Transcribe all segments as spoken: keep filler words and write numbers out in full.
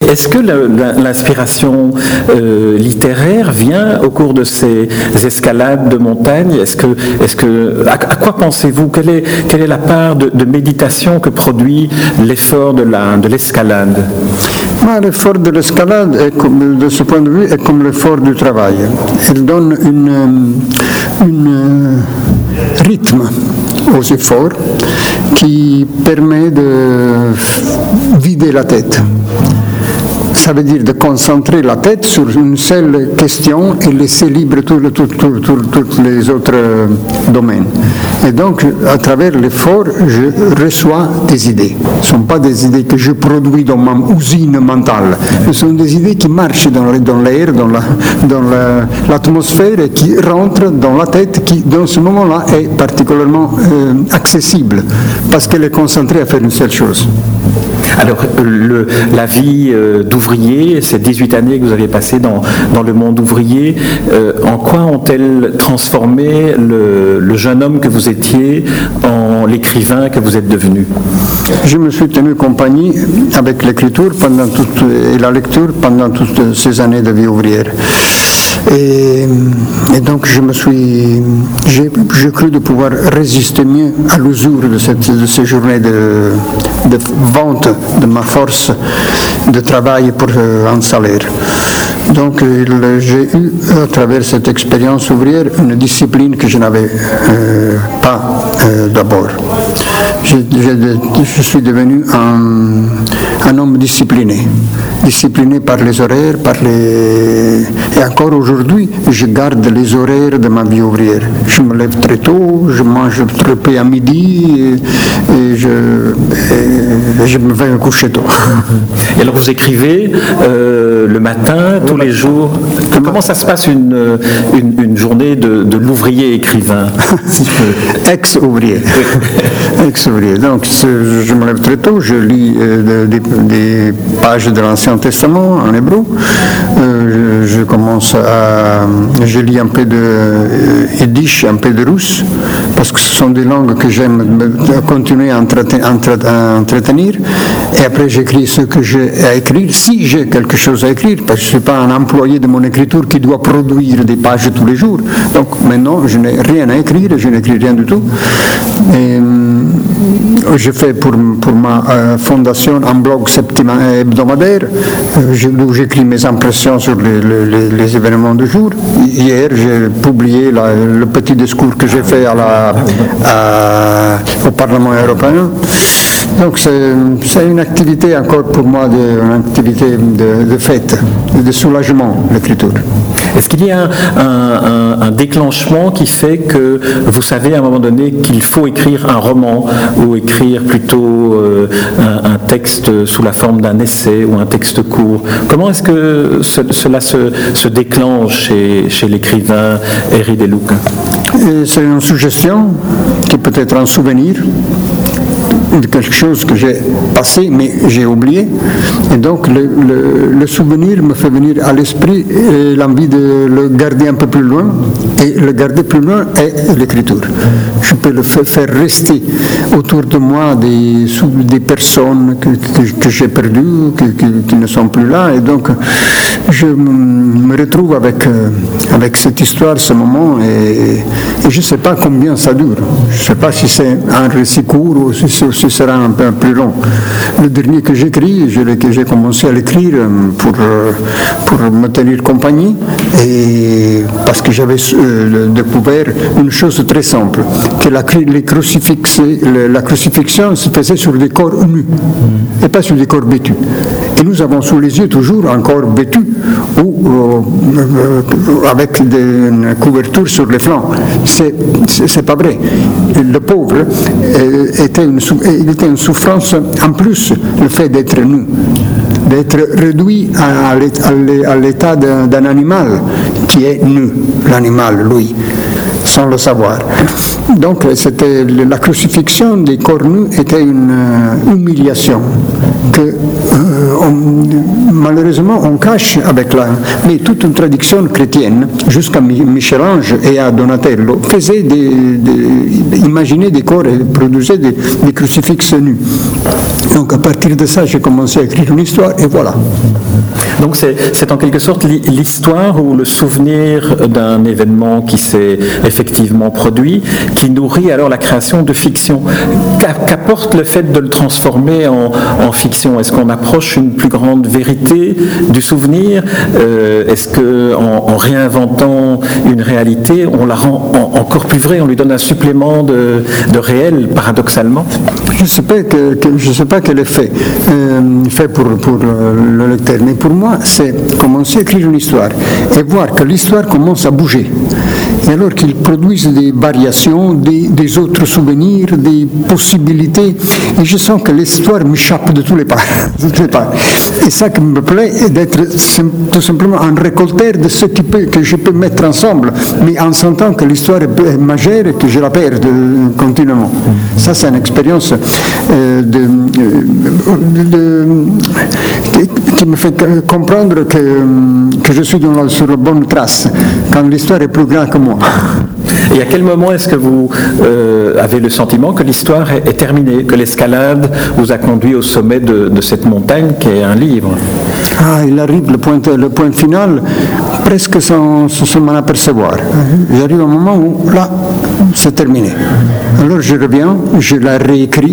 Est-ce que la, la, l'inspiration euh, littéraire vient au cours de ces escalades de montagne? Est-ce que, est-ce que, à, à quoi pensez-vous? Quelle est, quelle est la part de, de méditation que produit l'effort de, la, de l'escalade? Moi, l'effort de l'escalade, est comme, de ce point de vue, est comme l'effort du travail. Il donne une, une rythme aux efforts qui permet de vider la tête. Ça veut dire de concentrer la tête sur une seule question et laisser libre tous les autres domaines. Et donc, à travers l'effort, je reçois des idées. Ce ne sont pas des idées que je produis dans ma usine mentale. Ce sont des idées qui marchent dans l'air, dans, la, dans la, l'atmosphère et qui rentrent dans la tête qui, dans ce moment-là, est particulièrement euh, accessible parce qu'elle est concentrée à faire une seule chose. Alors, le, la vie euh, d'ouvrier, ces dix-huit années que vous avez passées dans, dans le monde ouvrier, euh, en quoi ont-elles transformé le, le jeune homme que vous étiez en l'écrivain que vous êtes devenu? Je me suis tenu compagnie avec l'écriture pendant toute, et la lecture pendant toutes ces années de vie ouvrière. Et, et donc je me suis, j'ai, j'ai cru de pouvoir résister mieux à l'usure de, cette, de ces journées de, de vente de ma force de travail pour euh, un salaire. Donc il, j'ai eu à travers cette expérience ouvrière une discipline que je n'avais euh, pas euh, d'abord. Je, je, je suis devenu un, un homme discipliné, discipliné par les horaires, par les... et encore aujourd'hui, je garde les horaires de ma vie ouvrière. Je me lève très tôt, je mange très peu à midi et, et, je, et je me vais me coucher tôt. Et alors vous écrivez euh, le matin, tous les jours. Comment ça se passe une, une, une journée de, de l'ouvrier écrivain? Ex-ouvrier. Ex-ouvrier. Donc je me lève très tôt, je lis euh, des, des pages de l'Ancien Testament en hébreu. Euh, je, je commence à... Je lis un peu de euh, yiddish, un peu de russe, parce que ce sont des langues que j'aime continuer à, entreten, entre, à entretenir. Et après j'écris ce que j'ai à écrire, si j'ai quelque chose à écrire, parce que je ne suis pas un employé de mon écriture qui doit produire des pages tous les jours. Donc maintenant, je n'ai rien à écrire, je n'écris rien du tout. Et, je fais pour, pour ma euh, fondation un blog hebdomadaire euh, où j'écris mes impressions sur les, les, les événements du jour. Hier, j'ai publié la, le petit discours que j'ai fait à la, à, au Parlement européen. Donc c'est, c'est une activité encore pour moi, de, une activité de, de fête, de soulagement, l'écriture. Est-ce qu'il y a un, un, un déclenchement qui fait que vous savez à un moment donné qu'il faut écrire un roman ou écrire plutôt euh, un, un texte sous la forme d'un essai ou un texte court? Comment est-ce que ce, cela se, se déclenche chez, chez l'écrivain Henri De Luca? Et c'est une suggestion qui peut être un souvenir de quelque chose que j'ai passé mais j'ai oublié, et donc le, le, le souvenir me fait venir à l'esprit et l'envie de le garder un peu plus loin, et le garder plus loin est l'écriture. Je peux le faire rester autour de moi des, des personnes que, que, que j'ai perdues, que, que, qui ne sont plus là, et donc je me retrouve avec, avec cette histoire, ce moment, et, et je ne sais pas combien ça dure. Je ne sais pas si c'est un récit court ou si c'est ce sera un peu plus long. Le dernier que j'écris, je, que j'ai commencé à l'écrire pour, pour me tenir compagnie, et parce que j'avais euh, découvert une chose très simple, que la, les la crucifixion se faisait sur des corps nus, et pas sur des corps vêtus. Et nous avons sous les yeux toujours un corps vêtu, ou euh, avec des, une couverture sur les flancs. C'est, c'est, c'est pas vrai. Le pauvre euh, était une, il était une souffrance en plus, le fait d'être nu, d'être réduit à, à l'état d'un, d'un animal qui est nu, l'animal, lui, sans le savoir. Donc c'était, la crucifixion des corps nus était une euh, humiliation que euh, on, malheureusement on cache avec la... Mais toute une tradition chrétienne, jusqu'à Michel-Ange et à Donatello, faisait des, des, imaginer des corps et produisait des, des crucifixes nus. Donc à partir de ça, j'ai commencé à écrire une histoire et voilà. Donc c'est, c'est en quelque sorte l'histoire ou le souvenir d'un événement qui s'est effectivement produit, qui nourrit alors la création de fiction. Qu'apporte le fait de le transformer en, en fiction? Est-ce qu'on approche une plus grande vérité du souvenir? euh, Est-ce qu'en en réinventant une réalité, on la rend en, encore plus vraie, on lui donne un supplément de, de réel, paradoxalement? Je ne sais pas, que, que, je sais pas quel effet euh, fait pour, pour le lecteur, mais pour moi, c'est commencer à écrire une histoire et voir que l'histoire commence à bouger. Et alors qu'il produise des variations, des, des autres souvenirs, des possibilités, et je sens que l'histoire m'échappe de tous les parts. De tous les parts. Et ça qui me plaît est d'être tout simplement un récolteur de ce qui peut, que je peux mettre ensemble, mais en sentant que l'histoire est majeure et que je la perds de, continuellement. Ça, c'est une expérience euh, de, de, de, qui me fait comprendre que, que je suis dans la, sur la bonne trace, quand l'histoire est plus grande que moi. Et à quel moment est-ce que vous euh, avez le sentiment que l'histoire est, est terminée, que l'escalade vous a conduit au sommet de, de cette montagne qui est un livre? Ah, il arrive le point, le point final presque sans, sans m'en apercevoir. J'arrive à un moment où là, c'est terminé. Alors je reviens, je la réécris.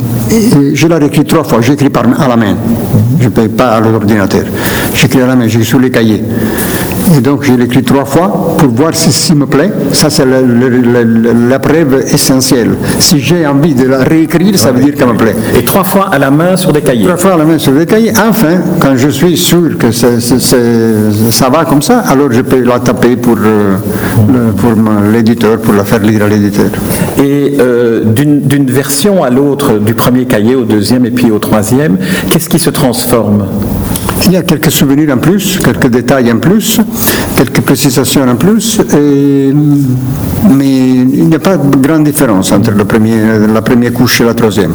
Et je l'ai réécrit trois fois, j'écris par, à la main, je ne paye pas à l'ordinateur, j'écris à la main, j'écris sous les cahiers. Et donc je l'écris trois fois pour voir si ça me plaît, ça c'est la, la, la, la preuve essentielle. Si j'ai envie de la réécrire, ça veut dire qu'elle me plaît. Et trois fois à la main sur des cahiers? Trois fois à la main sur des cahiers, enfin, quand je suis sûr que c'est, c'est, c'est, ça va comme ça, alors je peux la taper pour, euh, le, pour l'éditeur, pour la faire lire à l'éditeur. Et euh, d'une, d'une version à l'autre, du premier cahier au deuxième et puis au troisième, qu'est-ce qui se transforme? Il y a quelques souvenirs en plus, quelques détails en plus, quelques précisations en plus, et, mais il n'y a pas de grande différence entre le premier, la première couche et la troisième.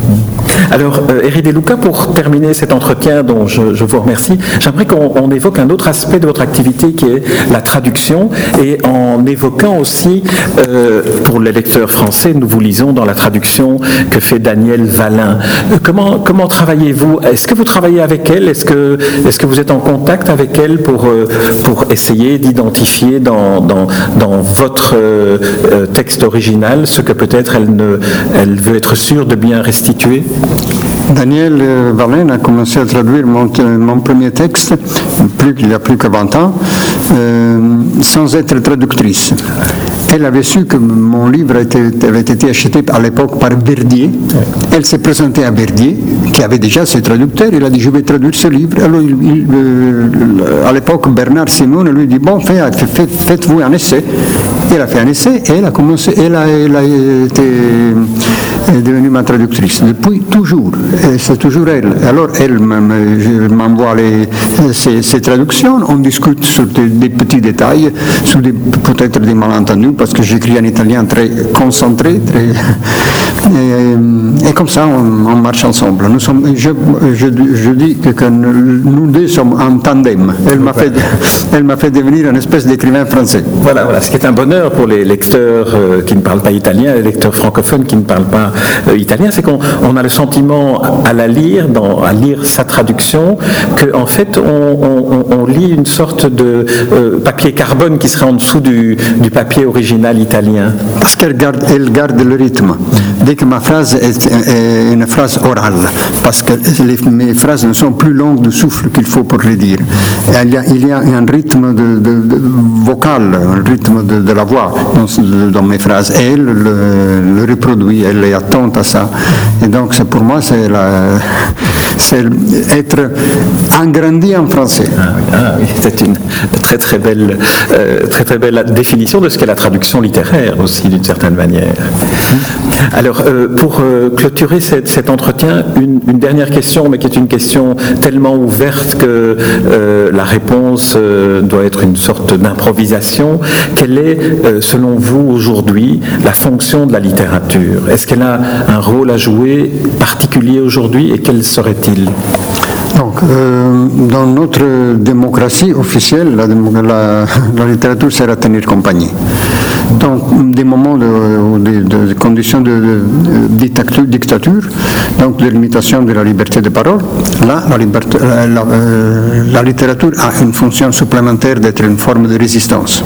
Alors, euh, Éric De Luca, pour terminer cet entretien dont je, je vous remercie, j'aimerais qu'on on évoque un autre aspect de votre activité qui est la traduction, et en évoquant aussi, euh, pour les lecteurs français, nous vous lisons dans la traduction que fait Danielle Valin. Euh, comment, comment travaillez-vous? Est-ce que vous travaillez avec elle? Est-ce que, est-ce que vous êtes en contact avec elle pour, euh, pour essayer d'identifier dans, dans, dans votre euh, texte original ce que peut-être elle, ne, elle veut être sûre de bien restituer? Danielle Valin a commencé à traduire mon, mon premier texte, plus, il y a plus que vingt ans, euh, sans être traductrice. Elle avait su que mon livre était, avait été acheté à l'époque par Verdier. Elle s'est présentée à Verdier, qui avait déjà ses traducteurs. Elle a dit, je vais traduire ce livre. Alors, il, il, euh, à l'époque, Bernard Simon lui dit, bon, faites, faites, faites-vous un essai. Elle a fait un essai et elle a commencé, elle a, elle a été est devenue ma traductrice. Depuis, toujours. Et c'est toujours elle. Alors, elle m'envoie les, ses, ses traductions. On discute sur des, des petits détails, sur des, peut-être des malentendus, parce que j'écris en italien très concentré. Très, et, et comme ça, on, on marche ensemble. Nous sommes, je, je, je dis que, que nous deux sommes en tandem. Elle m'a fait, elle m'a fait devenir une espèce d'écrivain français. Voilà, voilà, ce qui est un bonheur pour les lecteurs euh, qui ne parlent pas italien, les lecteurs francophones qui ne parlent pas euh, italien, c'est qu'on on a le sentiment à la lire, dans, à lire sa traduction, qu'en en fait on, on, on lit une sorte de euh, papier carbone qui serait en dessous du, du papier original italien. Parce qu'elle garde, elle garde le rythme. Dès que ma phrase est, est une phrase orale, parce que les, mes phrases ne sont plus longues de souffle qu'il faut pour les dire. Il y a, il y a un rythme de, de, de vocal, un rythme de, de la voix dans, dans mes phrases. Et elle le, le reproduit, elle est attente à ça. Et donc c'est, pour moi, c'est, la, c'est être engrandi en français. Ah oui, ah oui, c'est une très très belle, euh, très très belle définition de ce qu'est la traduction littéraire aussi, d'une certaine manière. Alors, euh, pour euh, clôturer cet, cet entretien, une, une dernière question, mais qui est une question tellement ouverte que euh, la réponse euh, doit être une sorte d'improvisation. Quelle est, euh, selon vous, aujourd'hui, la fonction de la littérature? Est-ce qu'elle a un rôle à jouer particulier aujourd'hui, et quel serait-il? Donc, euh, dans notre démocratie officielle, la, la, la littérature sert à tenir compagnie. Donc, des moments de, de, de conditions de, de dictature, dictature, donc de limitation de la liberté de parole. Là, la, liberté, la, la, euh, la littérature a une fonction supplémentaire d'être une forme de résistance.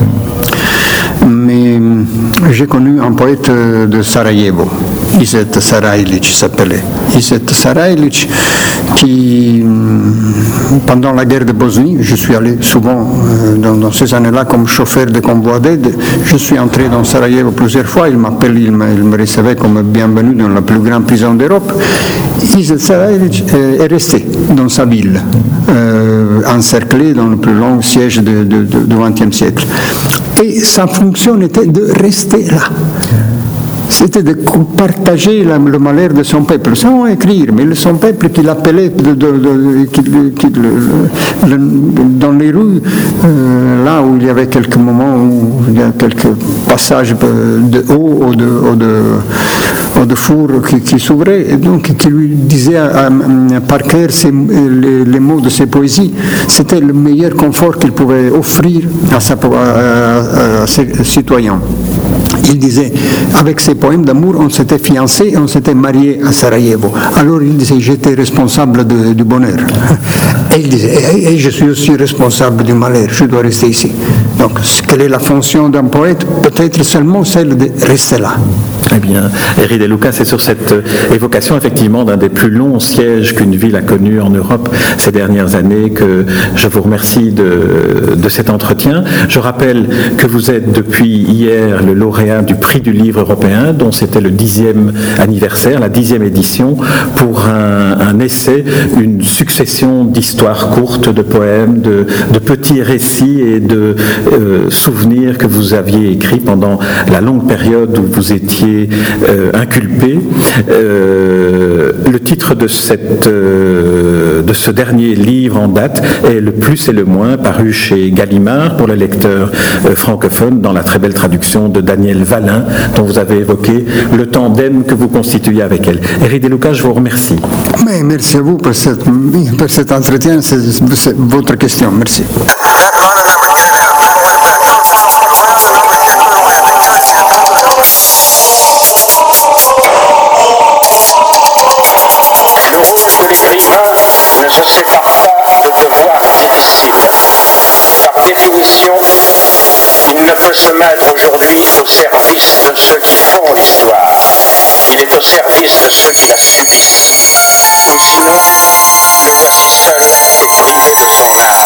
Mais j'ai connu un poète de Sarajevo, Iset Sarajlić s'appelait. Iset Sarajlić, qui, pendant la guerre de Bosnie, je suis allé souvent dans, dans ces années-là comme chauffeur de convoi d'aide. Je suis entré dans Sarajevo plusieurs fois. Il m'appelle, il me, il me recevait comme bienvenu dans la plus grande prison d'Europe. Iset Sarajlić est resté dans sa ville, euh, encerclé dans le plus long siège de, de, de, du vingtième siècle. Et sa fonction était de rester là. C'était de partager la, le malheur de son peuple, sans écrire, mais son peuple qu'il appelait de, de, de, qui, qui, le, le, dans les rues, euh, là où il y avait quelques moments, où il y a quelques passages de haut ou de, ou de, ou de four qui, qui s'ouvraient, et donc qui lui disait à, à, par cœur ses, les, les mots de ses poésies. C'était le meilleur confort qu'il pouvait offrir à, sa, à, à, à ses citoyens. Il disait, avec ses poèmes d'amour, on s'était fiancé et on s'était marié à Sarajevo. Alors il disait, j'étais responsable de, du bonheur. Et il disait, et, et je suis aussi responsable du malheur, je dois rester ici. Donc, quelle est la fonction d'un poète? Peut-être seulement celle de rester là. Eh bien, Eri De Luca, c'est sur cette évocation effectivement d'un des plus longs sièges qu'une ville a connu en Europe ces dernières années que je vous remercie de, de cet entretien. Je rappelle que vous êtes depuis hier le lauréat du prix du livre européen, dont c'était le dixième anniversaire, la dixième édition, pour un, un essai, une succession d'histoires courtes, de poèmes, de, de petits récits et de euh, souvenirs que vous aviez écrits pendant la longue période où vous étiez Euh, inculpé. Euh, le titre de, cette, euh, de ce dernier livre en date est Le plus et le moins, paru chez Gallimard pour le lecteur euh, francophone, dans la très belle traduction de Daniel Vallin, dont vous avez évoqué le tandem que vous constituez avec elle. Eri De Luca, je vous remercie. Mais merci à vous pour, cette, pour cet entretien, c'est, c'est votre question. Merci. Le rôle de l'écrivain ne se sépare pas de devoirs difficiles. Par définition, il ne peut se mettre aujourd'hui au service de ceux qui font l'histoire. Il est au service de ceux qui la subissent. Ou sinon, il est aussi seul et privé de son art.